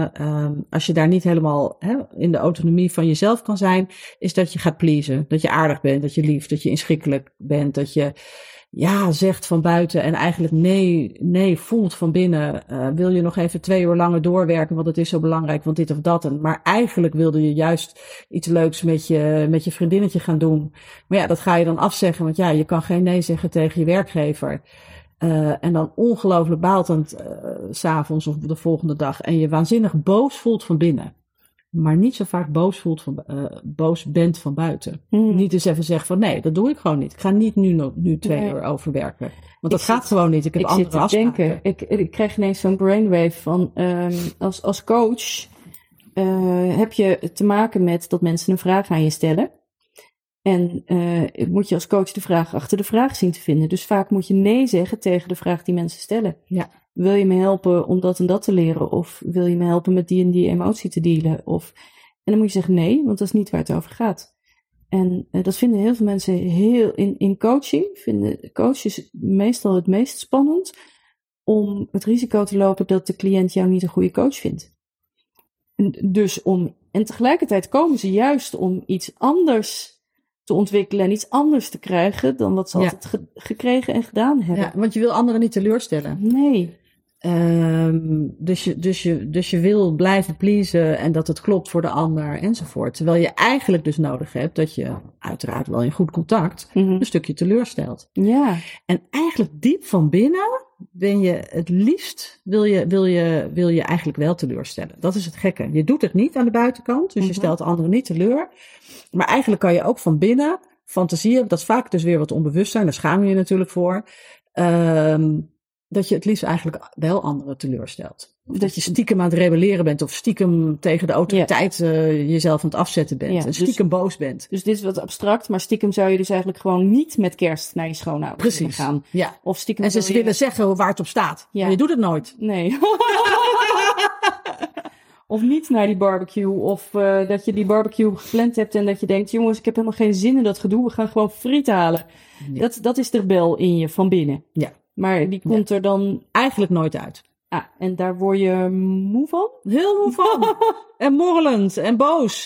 als je daar niet helemaal in de autonomie van jezelf kan zijn, is dat je gaat pleasen. Dat je aardig bent, dat je lief, dat je inschikkelijk bent, dat je ja zegt van buiten en eigenlijk nee voelt van binnen. Wil je nog even 2 uur langer doorwerken, want het is zo belangrijk, want dit of dat. Maar eigenlijk wilde je juist iets leuks met je vriendinnetje gaan doen. Maar ja, dat ga je dan afzeggen, want ja, je kan geen nee zeggen tegen je werkgever. En dan ongelooflijk baaltend 's avonds of de volgende dag. En je waanzinnig boos voelt van binnen. Maar niet zo vaak boos bent van buiten. Niet eens even zeggen van nee, dat doe ik gewoon niet. Ik ga niet nu 2 uur overwerken. Want dat gaat gewoon niet. Ik heb andere afspraken. Ik krijg ineens zo'n brainwave van als coach heb je te maken met dat mensen een vraag aan je stellen. En moet je als coach de vraag achter de vraag zien te vinden. Dus vaak moet je nee zeggen tegen de vraag die mensen stellen. Ja. Wil je me helpen om dat en dat te leren? Of wil je me helpen met die en die emotie te dealen? En dan moet je zeggen nee, want dat is niet waar het over gaat. En dat vinden heel veel mensen in coaching. Vinden coaches meestal het meest spannend om het risico te lopen dat de cliënt jou niet een goede coach vindt. En tegelijkertijd komen ze juist om iets anders te ontwikkelen en iets anders te krijgen dan wat ze altijd gekregen en gedaan hebben. Ja, want je wil anderen niet teleurstellen. Nee. Dus je wil blijven pleasen en dat het klopt voor de ander enzovoort. Terwijl je eigenlijk dus nodig hebt dat je uiteraard wel in goed contact een stukje teleurstelt. Ja. En eigenlijk diep van binnen ben je het liefst, wil je eigenlijk wel teleurstellen. Dat is het gekke. Je doet het niet aan de buitenkant, dus je stelt anderen niet teleur. Maar eigenlijk kan je ook van binnen fantasieën, dat is vaak dus weer wat onbewust zijn, daar schaam je je natuurlijk voor. Dat je het liefst eigenlijk wel anderen teleurstelt. Of dat je stiekem aan het rebelleren bent. Of stiekem tegen de autoriteit jezelf aan het afzetten bent. Ja, en stiekem boos bent. Dus dit is wat abstract. Maar stiekem zou je dus eigenlijk gewoon niet met kerst naar je schoonouders gaan. Ja. Of stiekem en ze willen zeggen waar het op staat. Ja. Maar je doet het nooit. Nee. Of niet naar die barbecue. Of dat je die barbecue gepland hebt en dat je denkt, jongens, ik heb helemaal geen zin in dat gedoe. We gaan gewoon friet halen. Ja. Dat is de rebel in je van binnen. Ja. Maar die komt er dan... Eigenlijk nooit uit. En daar word je moe van? Heel moe van. En morrelend en boos.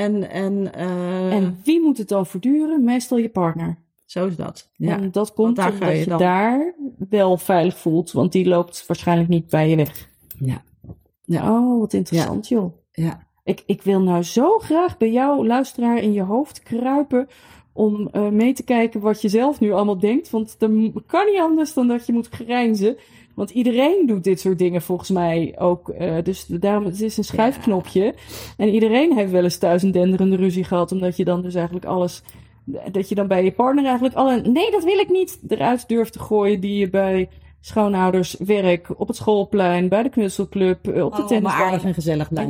En wie moet het dan verduren? Meestal je partner. Zo is dat. Ja. En dat komt daar omdat je daar wel veilig voelt. Want die loopt waarschijnlijk niet bij je weg. Ja. Oh, wat interessant, joh. Ja. Ik wil nou zo graag bij jou, luisteraar, in je hoofd kruipen om mee te kijken wat je zelf nu allemaal denkt. Want dat kan niet anders dan dat je moet grijnzen. Want iedereen doet dit soort dingen volgens mij ook. Dus daarom, het is een schuifknopje. Ja. En iedereen heeft wel eens thuis een denderende ruzie gehad. Omdat je dan dus eigenlijk alles... Dat je dan bij je partner eigenlijk nee, dat wil ik niet, eruit durft te gooien die je bij schoonouders werk, op het schoolplein, bij de knutselclub, op de tennisbaan. Maar aardig en gezellig blijft.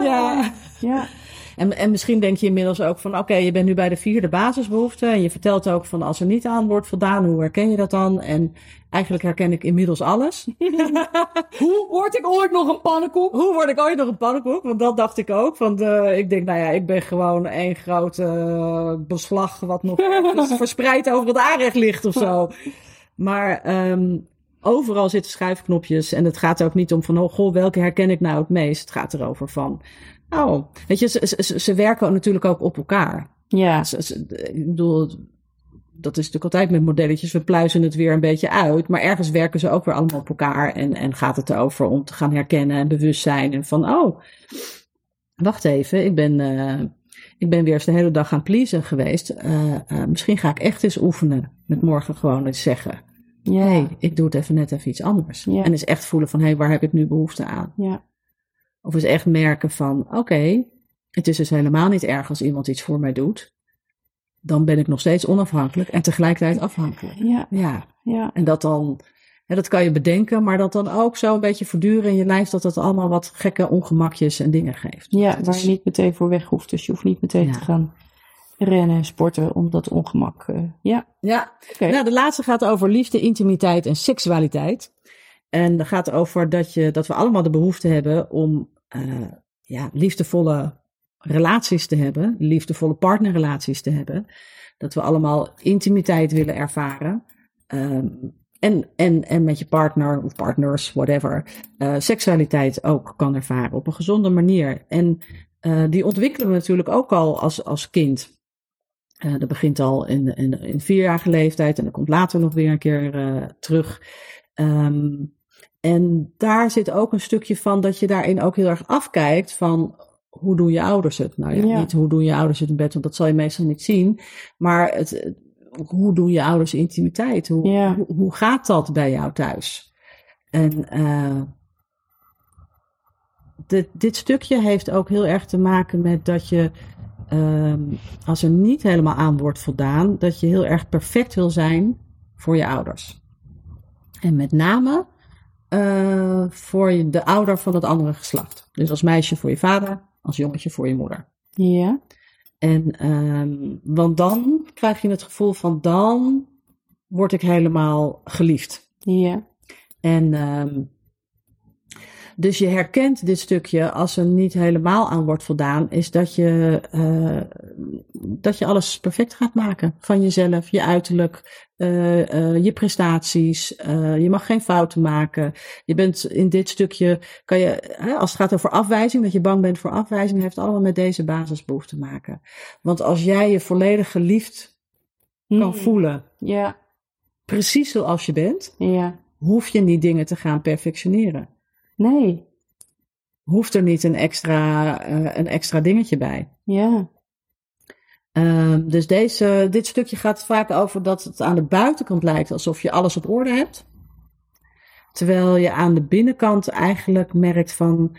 Ja. En misschien denk je inmiddels ook van, oké, je bent nu bij de 4e basisbehoefte. En je vertelt ook van, als er niet aan wordt voldaan, hoe herken je dat dan? En eigenlijk herken ik inmiddels alles. Hoe word ik ooit nog een pannenkoek? Want dat dacht ik ook. Want ik denk, nou ja, ik ben gewoon één groot beslag wat nog verspreid over het aanrecht ligt of zo. Maar overal zitten schuifknopjes. En het gaat ook niet om van, welke herken ik nou het meest? Het gaat erover van... weet je, ze werken natuurlijk ook op elkaar. Ja. Ik bedoel, dat is natuurlijk altijd met modelletjes. We pluizen het weer een beetje uit. Maar ergens werken ze ook weer allemaal op elkaar. En gaat het erover om te gaan herkennen en bewust zijn. En van, wacht even. Ik ben weer eens de hele dag gaan pleasen geweest. Misschien ga ik echt eens oefenen. Met morgen gewoon eens zeggen. Ja. Hey, ik doe het net even iets anders. Ja. En eens echt voelen van, waar heb ik nu behoefte aan? Ja. Of eens echt merken van, oké, het is dus helemaal niet erg als iemand iets voor mij doet. Dan ben ik nog steeds onafhankelijk en tegelijkertijd afhankelijk. Ja. En dat dan, dat kan je bedenken, maar dat dan ook zo een beetje voortduren in je lijf, dat het allemaal wat gekke ongemakjes en dingen geeft. Ja, waar je niet meteen voor weg hoeft. Dus je hoeft niet meteen te gaan rennen en sporten om dat ongemak. Ja. Okay. Nou, de laatste gaat over liefde, intimiteit en seksualiteit. En dat gaat over dat we allemaal de behoefte hebben om liefdevolle relaties te hebben. Liefdevolle partnerrelaties te hebben. Dat we allemaal intimiteit willen ervaren. En met je partner of partners, whatever. Seksualiteit ook kan ervaren op een gezonde manier. En die ontwikkelen we natuurlijk ook al als kind. Dat begint al in 4-jarige leeftijd. En dat komt later nog weer een keer terug. En daar zit ook een stukje van dat je daarin ook heel erg afkijkt van hoe doen je ouders het? Nou ja, niet hoe doen je ouders het in bed, want dat zal je meestal niet zien. Maar hoe doen je ouders intimiteit? Hoe gaat dat bij jou thuis? En dit stukje heeft ook heel erg te maken met dat je, als er niet helemaal aan wordt voldaan, dat je heel erg perfect wil zijn voor je ouders. En met name voor de ouder van het andere geslacht. Dus als meisje voor je vader, als jongetje voor je moeder. Ja. En want dan krijg je het gevoel van dan word ik helemaal geliefd. Ja. En dus je herkent dit stukje als er niet helemaal aan wordt voldaan, is dat je alles perfect gaat maken. Van jezelf, je uiterlijk, je prestaties. Je mag geen fouten maken. Je bent in dit stukje, kan je, als het gaat over afwijzing, dat je bang bent voor afwijzing, heeft allemaal met deze basisbehoeften te maken. Want als jij je volledig geliefd kan voelen, precies zoals je bent, hoef je niet dingen te gaan perfectioneren. Nee. Hoeft er niet een extra dingetje bij. Ja. Dus dit stukje gaat vaak over dat het aan de buitenkant lijkt alsof je alles op orde hebt. Terwijl je aan de binnenkant eigenlijk merkt van,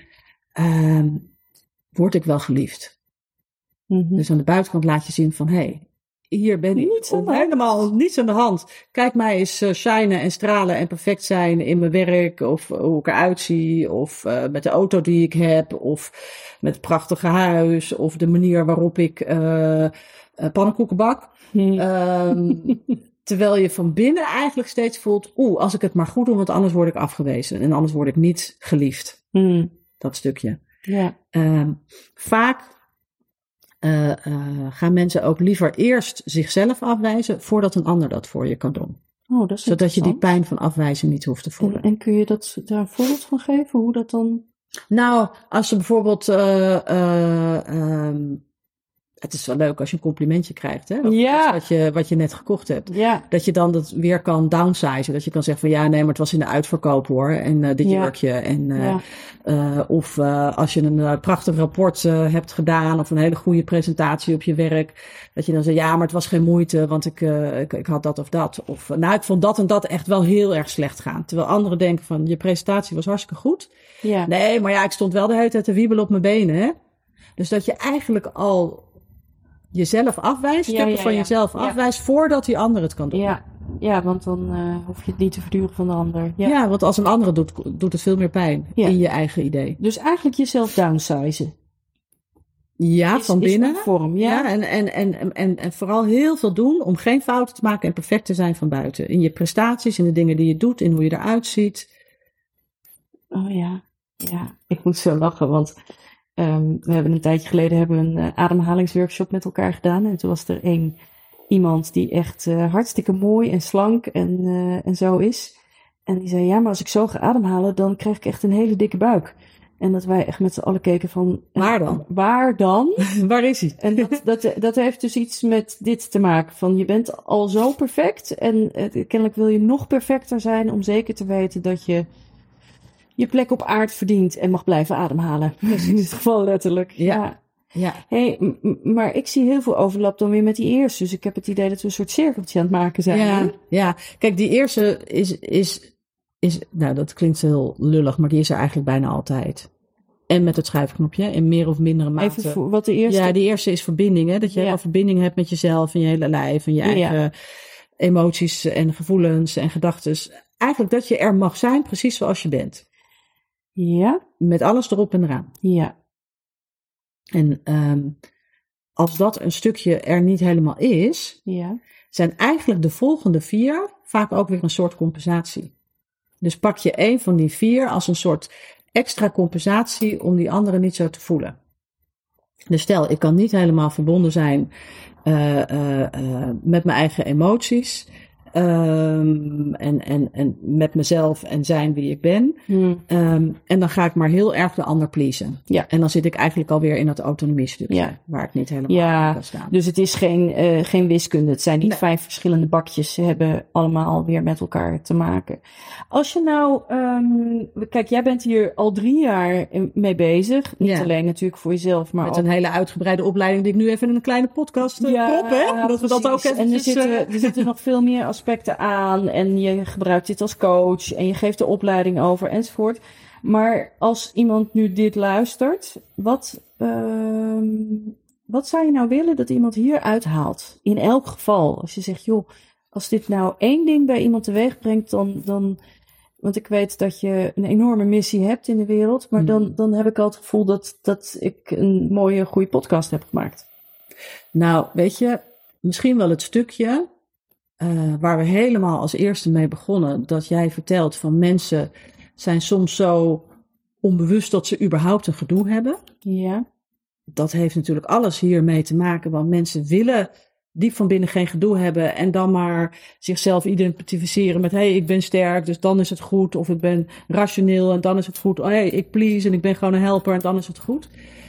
word ik wel geliefd? Mm-hmm. Dus aan de buitenkant laat je zien van, hier ben ik. Helemaal niets aan de hand. Kijk mij eens shinen en stralen en perfect zijn in mijn werk. Of hoe ik eruit zie. Of met de auto die ik heb. Of met het prachtige huis. Of de manier waarop ik pannenkoeken bak. Terwijl je van binnen eigenlijk steeds voelt, als ik het maar goed doe, want anders word ik afgewezen. En anders word ik niet geliefd. Dat stukje. Ja. Vaak gaan mensen ook liever eerst zichzelf afwijzen voordat een ander dat voor je kan doen. Oh, dat is zodat je die interessant. pijn van afwijzing niet hoeft te voelen. En kun je daar een voorbeeld van geven? Hoe dat dan... Nou, als je bijvoorbeeld... het is wel leuk als je een complimentje krijgt, hè? Wat je net gekocht hebt. Ja. Dat je dan dat weer kan downsizen. Dat je kan zeggen van ja, nee, maar het was in de uitverkoop hoor. En dit jurkje. En, of als je een prachtig rapport hebt gedaan. Of een hele goede presentatie op je werk. Dat je dan zegt ja, maar het was geen moeite. Want ik had dat of dat. Of nou, ik vond dat en dat echt wel heel erg slecht gaan. Terwijl anderen denken van je presentatie was hartstikke goed. Ja. Nee, maar ja, ik stond wel de hele tijd te wiebelen op mijn benen. Hè? Dus dat je eigenlijk al... jezelf afwijst, stukken van jezelf afwijst, voordat die ander het kan doen. Ja, want dan hoef je het niet te verduren van de ander. Ja, want als een andere doet het veel meer pijn in je eigen idee. Dus eigenlijk jezelf downsizen. Ja, van binnen. Is een vorm, En vooral heel veel doen om geen fouten te maken en perfect te zijn van buiten. In je prestaties, in de dingen die je doet, in hoe je eruit ziet. Oh ja, ik moet zo lachen, want... we hebben een tijdje geleden een ademhalingsworkshop met elkaar gedaan. En toen was er iemand die echt hartstikke mooi en slank en zo is. En die zei, ja, maar als ik zo ga ademhalen, dan krijg ik echt een hele dikke buik. En dat wij echt met z'n allen keken van... Waar dan? Waar dan? Waar is hij? En dat heeft dus iets met dit te maken. Van je bent al zo perfect. En kennelijk wil je nog perfecter zijn om zeker te weten dat je... je plek op aarde verdient en mag blijven ademhalen. In dit geval letterlijk. Ja. Hey, maar ik zie heel veel overlap dan weer met die eerste. Dus ik heb het idee dat we een soort cirkeltje aan het maken zijn. Ja. Kijk, die eerste is... Nou, dat klinkt heel lullig, maar die is er eigenlijk bijna altijd. En met het schuifknopje, in meer of mindere mate. Even voor wat de eerste... Ja, die eerste is verbinding. Hè? Dat je helemaal verbinding hebt met jezelf en je hele lijf. En je eigen emoties en gevoelens en gedachten. Eigenlijk dat je er mag zijn, precies zoals je bent. Ja. Met alles erop en eraan. Ja. En als dat een stukje er niet helemaal is, zijn eigenlijk de volgende 4 vaak ook weer een soort compensatie. Dus pak je 1 van die 4 als een soort extra compensatie om die andere niet zo te voelen. Dus stel, ik kan niet helemaal verbonden zijn met mijn eigen emoties. En met mezelf en zijn wie ik ben. En dan ga ik maar heel erg de ander pleasen. Ja. En dan zit ik eigenlijk alweer in dat autonomiestukje. Waar ik niet helemaal kan staan. Dus het is geen wiskunde. Het zijn niet 5 verschillende bakjes. Ze hebben allemaal weer met elkaar te maken. Als je nou... kijk, jij bent hier al 3 jaar mee bezig. Niet alleen natuurlijk voor jezelf, maar met een hele uitgebreide opleiding die ik nu even in een kleine podcast klop. Hè? Dat we dat ook even... En er zitten nog veel meer aspecten aan en je gebruikt dit als coach en je geeft de opleiding over enzovoort. Maar als iemand nu dit luistert, wat zou je nou willen dat iemand hier uithaalt? In elk geval, als je zegt, joh, als dit nou 1 ding bij iemand teweeg brengt, dan want ik weet dat je een enorme missie hebt in de wereld, maar dan heb ik al het gevoel dat ik een mooie, goede podcast heb gemaakt. Nou, weet je, misschien wel het stukje waar we helemaal als eerste mee begonnen, dat jij vertelt van mensen zijn soms zo onbewust dat ze überhaupt een gedoe hebben. Ja. Dat heeft natuurlijk alles hiermee te maken, want mensen willen diep van binnen geen gedoe hebben en dan maar zichzelf identificeren met ik ben sterk, dus dan is het goed. Of ik ben rationeel en dan is het goed. Ik please en ik ben gewoon een helper en dan is het goed.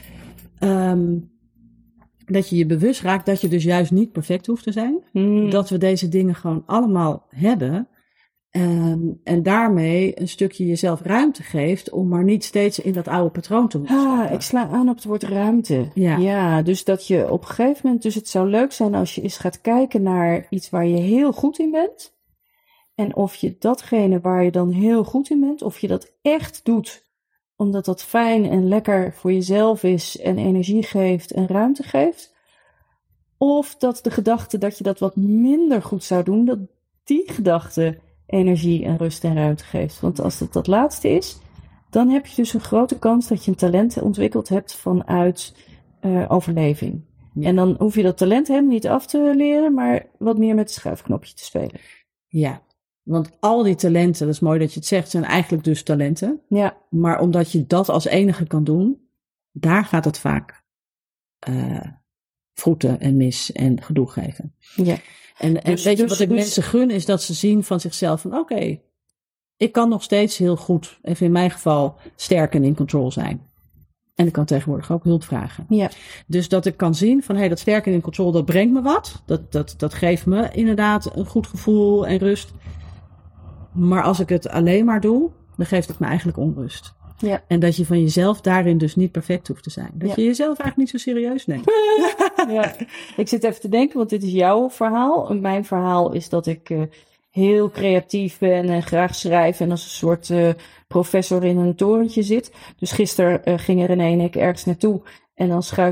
Dat je je bewust raakt dat je dus juist niet perfect hoeft te zijn. Dat we deze dingen gewoon allemaal hebben. En daarmee een stukje jezelf ruimte geeft om maar niet steeds in dat oude patroon te moeten stappen. Ik sla aan op het woord ruimte. Ja, dus dat je op een gegeven moment... Dus het zou leuk zijn als je eens gaat kijken naar iets waar je heel goed in bent. En of je datgene waar je dan heel goed in bent, of je dat echt doet omdat dat fijn en lekker voor jezelf is en energie geeft en ruimte geeft. Of dat de gedachte dat je dat wat minder goed zou doen, dat die gedachte energie en rust en ruimte geeft. Want als het dat laatste is, dan heb je dus een grote kans dat je een talent ontwikkeld hebt vanuit overleving. Ja. En dan hoef je dat talent helemaal niet af te leren, maar wat meer met het schuifknopje te spelen. Ja, want al die talenten, dat is mooi dat je het zegt, zijn eigenlijk dus talenten. Ja. Maar omdat je dat als enige kan doen, daar gaat het vaak vroeten en mis en gedoe geven. Ja. En weet je wat ik mensen gun, is dat ze zien van zichzelf van oké, ik kan nog steeds heel goed, even in mijn geval, sterk en in control zijn. En ik kan tegenwoordig ook hulp vragen. Ja. Dus dat ik kan zien van dat sterk en in control, dat brengt me wat. Dat geeft me inderdaad een goed gevoel en rust. Maar als ik het alleen maar doe, dan geeft het me eigenlijk onrust. Ja. En dat je van jezelf daarin dus niet perfect hoeft te zijn. Dat je jezelf eigenlijk niet zo serieus neemt. Ja. Ik zit even te denken, want dit is jouw verhaal. Mijn verhaal is dat ik heel creatief ben en graag schrijf en als een soort professor in een torentje zit. Dus gisteren gingen René en ik ergens naartoe en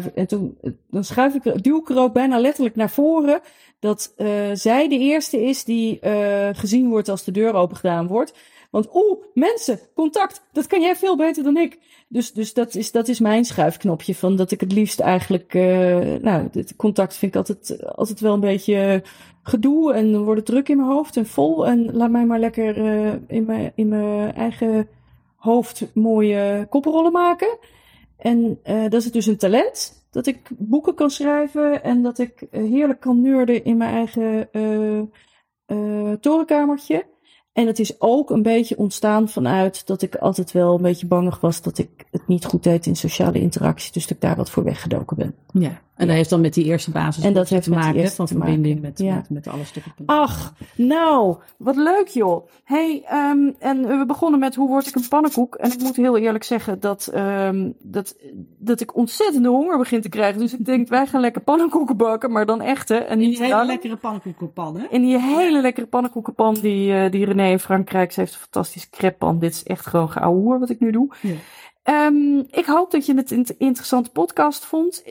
duw ik er ook bijna letterlijk naar voren dat zij de eerste is die gezien wordt als de deur open gedaan wordt. Want mensen, contact, dat kan jij veel beter dan ik. Dus dat is mijn schuifknopje van dat ik het liefst eigenlijk... het contact vind ik altijd wel een beetje gedoe. En dan wordt het druk in mijn hoofd en vol. En laat mij maar lekker in mijn eigen hoofd mooie koppenrollen maken. En dat is dus een talent. Dat ik boeken kan schrijven en dat ik heerlijk kan nerden in mijn eigen torenkamertje. En het is ook een beetje ontstaan vanuit dat ik altijd wel een beetje bangig was dat ik het niet goed deed in sociale interactie. Dus dat ik daar wat voor weggedoken ben. Ja, en dat heeft dan met die eerste basis en dat heeft te maken van verbinding met alle stukken. Ach, nou, wat leuk joh. Hey, en we begonnen met hoe word ik een pannenkoek. En ik moet heel eerlijk zeggen dat ik ontzettende honger begin te krijgen. Dus ik denk, wij gaan lekker pannenkoeken bakken, maar dan echte. En niet in die hele lekkere pannenkoekenpan, hè? In die hele lekkere pannenkoekenpan die René in Frankrijk, ze heeft een fantastische crêpepan. Dit is echt gewoon geouwehoer wat ik nu doe. Ja. Ik hoop dat je het een interessante podcast vond.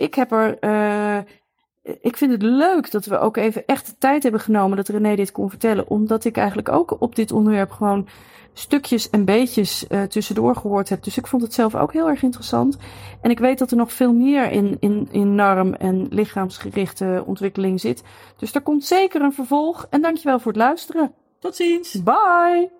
Ik vind het leuk dat we ook even echt de tijd hebben genomen dat René dit kon vertellen. Omdat ik eigenlijk ook op dit onderwerp gewoon stukjes en beetjes tussendoor gehoord heb. Dus ik vond het zelf ook heel erg interessant. En ik weet dat er nog veel meer in NARM en lichaamsgerichte ontwikkeling zit. Dus er komt zeker een vervolg. En dankjewel voor het luisteren. Tot ziens. Bye.